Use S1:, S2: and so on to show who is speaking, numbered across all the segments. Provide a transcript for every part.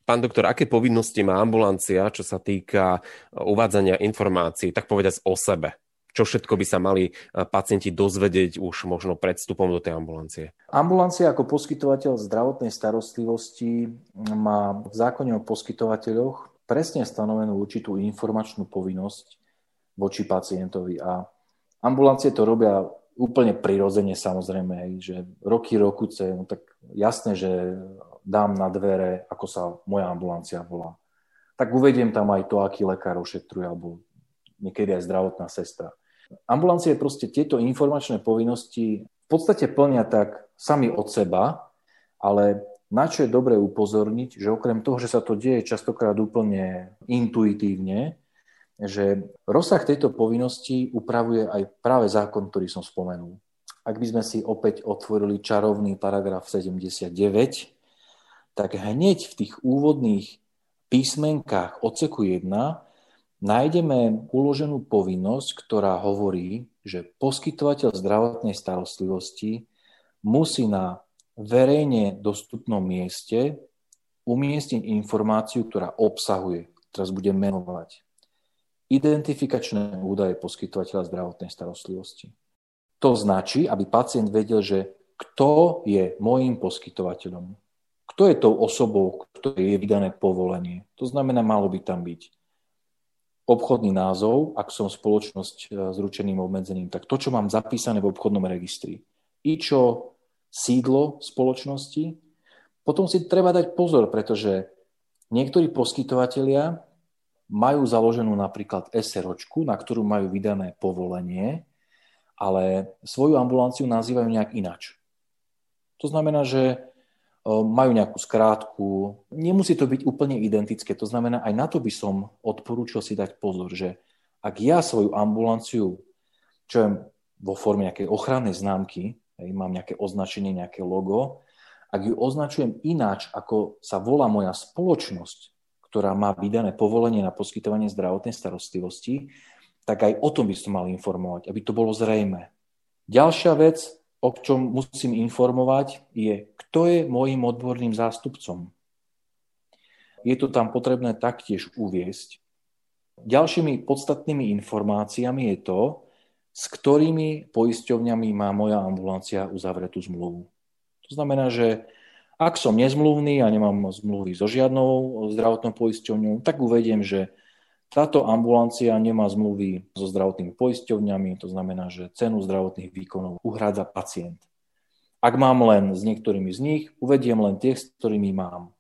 S1: Pán doktor, aké povinnosti má ambulancia, čo sa týka uvádzania informácií, tak povedať o sebe? Čo všetko by sa mali pacienti dozvedieť už možno pred vstupom do tej ambulancie?
S2: Ambulancia ako poskytovateľ zdravotnej starostlivosti má v zákone o poskytovateľoch presne stanovenú určitú informačnú povinnosť voči pacientovi. A ambulancie to robia úplne prirodzene, samozrejme, že roky, no tak jasné, že dám na dvere, ako sa moja ambulancia volá. Tak uvediem tam aj to, aký lekár ošetruje, alebo niekedy aj zdravotná sestra. Ambulancie proste tieto informačné povinnosti v podstate plnia tak sami od seba, ale na čo je dobre upozorniť, že okrem toho, že sa to deje častokrát úplne intuitívne, že rozsah tejto povinnosti upravuje aj práve zákon, ktorý som spomenul. Ak by sme si opäť otvorili čarovný paragraf 79, tak hneď v tých úvodných písmenkách odseku 1 nájdeme uloženú povinnosť, ktorá hovorí, že poskytovateľ zdravotnej starostlivosti musí na verejne dostupnom mieste umiestniť informáciu, ktorá obsahuje, teraz budem menovať, identifikačné údaje poskytovateľa zdravotnej starostlivosti. To značí, aby pacient vedel, že kto je môjim poskytovateľom. Kto je tou osobou, ktorej je vydané povolenie. To znamená, malo by tam byť obchodný názov, ak som spoločnosť s ručeným obmedzením, tak to, čo mám zapísané v obchodnom registri. IČO, sídlo spoločnosti. Potom si treba dať pozor, pretože niektorí poskytovatelia majú založenú napríklad SROčku, na ktorú majú vydané povolenie, ale svoju ambulanciu nazývajú nejak inač. To znamená, že majú nejakú skrátku. Nemusí to byť úplne identické. To znamená, aj na to by som odporúčil si dať pozor, že ak ja svoju ambulanciu, čo je vo forme nejakej ochrannej známky, mám nejaké označenie, nejaké logo, ak ju označujem ináč, ako sa volá moja spoločnosť, ktorá má vydané povolenie na poskytovanie zdravotnej starostlivosti, tak aj o tom by som mal informovať, aby to bolo zrejmé. Ďalšia vec, o čom musím informovať, je, kto je môjim odborným zástupcom. Je to tam potrebné taktiež uviesť. Ďalšími podstatnými informáciami je to, s ktorými poisťovňami má moja ambulancia uzavretú zmluvu. To znamená, že ak som nezmluvný a nemám zmluvy so žiadnou zdravotnou poisťovňou, tak uvediem, že táto ambulancia nemá zmluvy so zdravotnými poisťovňami, to znamená, že cenu zdravotných výkonov uhrádza pacient. Ak mám len s niektorými z nich, uvediem len tie, s ktorými mám.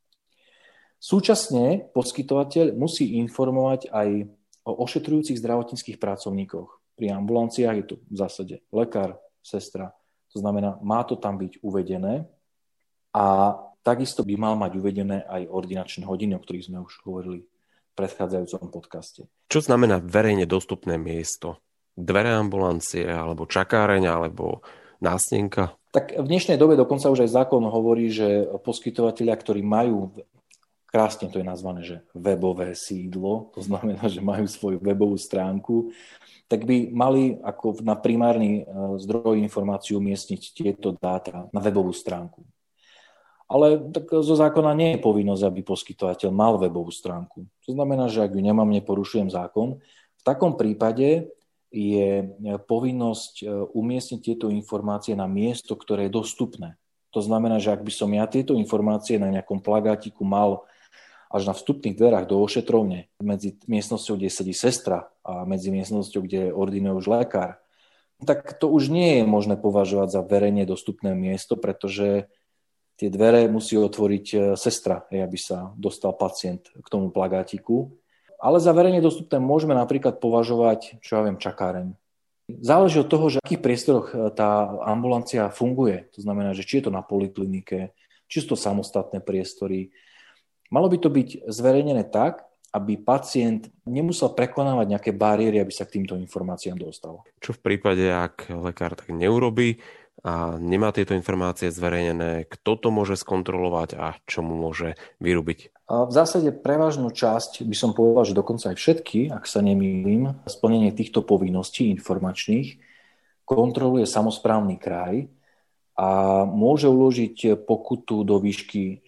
S2: Súčasne poskytovateľ musí informovať aj o ošetrujúcich zdravotníckych pracovníkoch. Pri ambulanciách je to v zásade lekár, sestra, to znamená, má to tam byť uvedené a takisto by mal mať uvedené aj ordinačné hodiny, o ktorých sme už hovorili predchádzajúcom podcaste.
S1: Čo znamená verejne dostupné miesto? Dvere ambulancie, alebo čakáreň, alebo nástenka?
S2: Tak v dnešnej dobe dokonca už aj zákon hovorí, že poskytovatelia, ktorí majú, krásne to je nazvané, že webové sídlo, to znamená, že majú svoju webovú stránku, tak by mali ako na primárny zdroj informácií umiestniť tieto dáta na webovú stránku. Ale tak zo zákona nie je povinnosť, aby poskytovateľ mal webovú stránku. To znamená, že ak ju nemám, neporušujem zákon. V takom prípade je povinnosť umiestniť tieto informácie na miesto, ktoré je dostupné. To znamená, že ak by som ja tieto informácie na nejakom plagátiku mal až na vstupných dverách do ošetrovne, medzi miestnosťou, kde sedí sestra a medzi miestnosťou, kde ordinuje už lekár, tak to už nie je možné považovať za verejne dostupné miesto, pretože tie dvere musí otvoriť sestra, aby sa dostal pacient k tomu plagátiku. Ale za verejne dostupné môžeme napríklad považovať, čakáreň. Záleží od toho, že v akých priestoroch tá ambulancia funguje. To znamená, že či je to na poliklinike, či sú to samostatné priestory. Malo by to byť zverejnené tak, aby pacient nemusel prekonávať nejaké bariéry, aby sa k týmto informáciám dostal.
S1: Čo v prípade, ak lekár tak neurobí a nemá tieto informácie zverejnené, kto to môže skontrolovať a čo mu môže vyrobiť?
S2: V zásade prevažnú časť, by som povedal, že dokonca aj všetky, ak sa nemýlim, splnenie týchto povinností informačných kontroluje samosprávny kraj a môže uložiť pokutu do výšky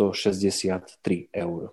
S2: 663 eur.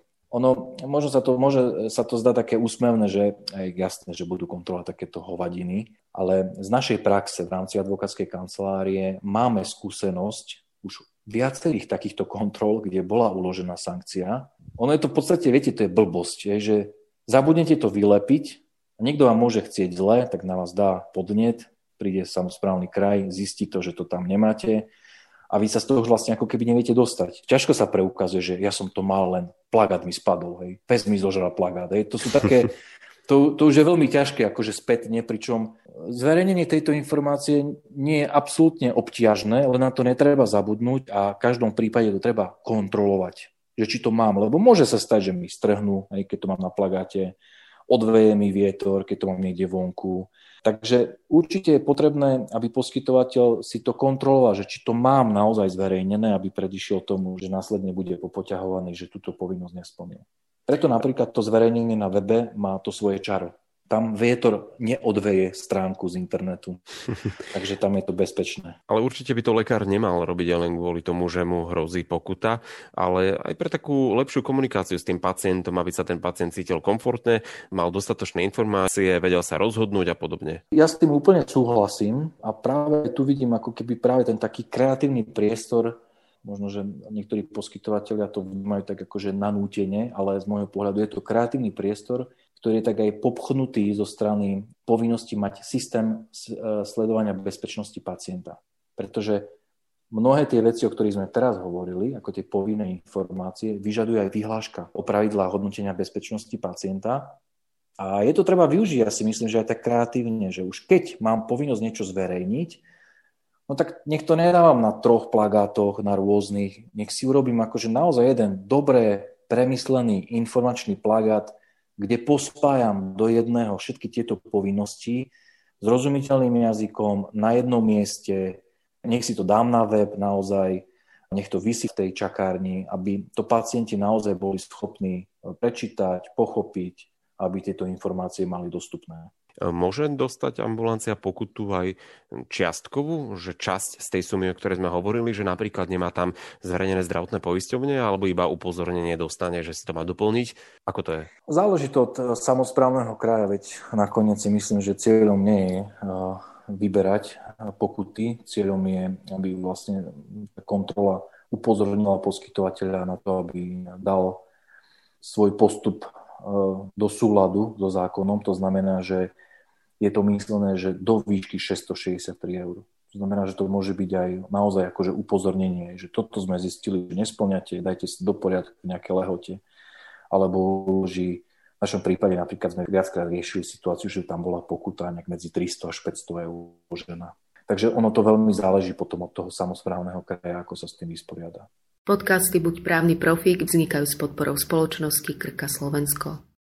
S2: Môže sa to zdá také úsmevné, že je jasné, že budú kontrolovať takéto hovadiny, ale z našej praxe v rámci advokátskej kancelárie máme skúsenosť už viacerých takýchto kontrol, kde bola uložená sankcia. Ono je to v podstate, viete, to je blbosť, že zabudnete to vylepiť a niekto vám môže chcieť zle, tak na vás dá podnet, príde samosprávny kraj, zistí to, že to tam nemáte a vy sa z toho už vlastne ako keby neviete dostať. Ťažko sa preukazuje, že ja som to mal, len plagát mi spadol, hej. Pes mi zožral plagát, hej. To sú také, to už je veľmi ťažké akože spätne, pričom zverejnenie tejto informácie nie je absolútne obťažné, len na to netreba zabudnúť a v každom prípade to treba kontrolovať, že či to mám, lebo môže sa stať, že mi strhnú, hej, keď to mám na plagáte, odveje mi vietor, keď to mám niekde vonku. Takže určite je potrebné, aby poskytovateľ si to kontroloval, že či to mám naozaj zverejnené, aby predišiel tomu, že následne bude popoťahovaný, že túto povinnosť nesplnil. Preto napríklad to zverejnenie na webe má to svoje čaro. Tam vietor neodveje stránku z internetu, takže tam je to bezpečné.
S1: Ale určite by to lekár nemal robiť len kvôli tomu, že mu hrozí pokuta, ale aj pre takú lepšiu komunikáciu s tým pacientom, aby sa ten pacient cítil komfortne, mal dostatočné informácie, vedel sa rozhodnúť a podobne.
S2: Ja s tým úplne súhlasím a práve tu vidím ako keby práve ten taký kreatívny priestor. Možno, že niektorí poskytovateľia to majú tak akože nanútene, ale z môjho pohľadu je to kreatívny priestor, ktorý je tak aj popchnutý zo strany povinnosti mať systém sledovania bezpečnosti pacienta. Pretože mnohé tie veci, o ktorých sme teraz hovorili, ako tie povinné informácie, vyžaduje aj vyhláška o pravidlách hodnotenia bezpečnosti pacienta. A je to treba využiť, ja si myslím, že aj tak kreatívne, že už keď mám povinnosť niečo zverejniť, no tak nech to nedávam na 3 plagátoch, na rôznych, nech si urobím akože naozaj jeden dobre premyslený informačný plagát, kde pospájam do jedného všetky tieto povinnosti s rozumiteľným jazykom na jednom mieste, nech si to dám na web naozaj, nech to visí v tej čakárni, aby to pacienti naozaj boli schopní prečítať, pochopiť, aby tieto informácie mali dostupné.
S1: Môže dostať ambulancia pokutu aj čiastkovú, že časť z tej sumy, o ktorej sme hovorili, že napríklad nemá tam zverejnené zdravotné poisťovne, alebo iba upozornenie dostane, že si to má doplniť? Ako to je?
S2: Záleží to od samosprávneho kraja, veď nakoniec si myslím, že cieľom nie je vyberať pokuty. Cieľom je, aby vlastne kontrola upozornila poskytovateľa na to, aby dal svoj postup do súladu so zákonom. To znamená, že je to myslené, že do výšky 663 eur. To znamená, že to môže byť aj naozaj akože upozornenie, že toto sme zistili, že nesplňate, dajte si do poriadku nejaké lehote. Alebo že v našom prípade napríklad sme viackrát riešili situáciu, že tam bola pokuta nejak medzi 300 až 500 eur uložená. Takže ono to veľmi záleží potom od toho samosprávneho kraja, ako sa s tým vysporiada.
S3: Podcasty Buď právny profík vznikajú s podporou spoločnosti Krka Slovensko.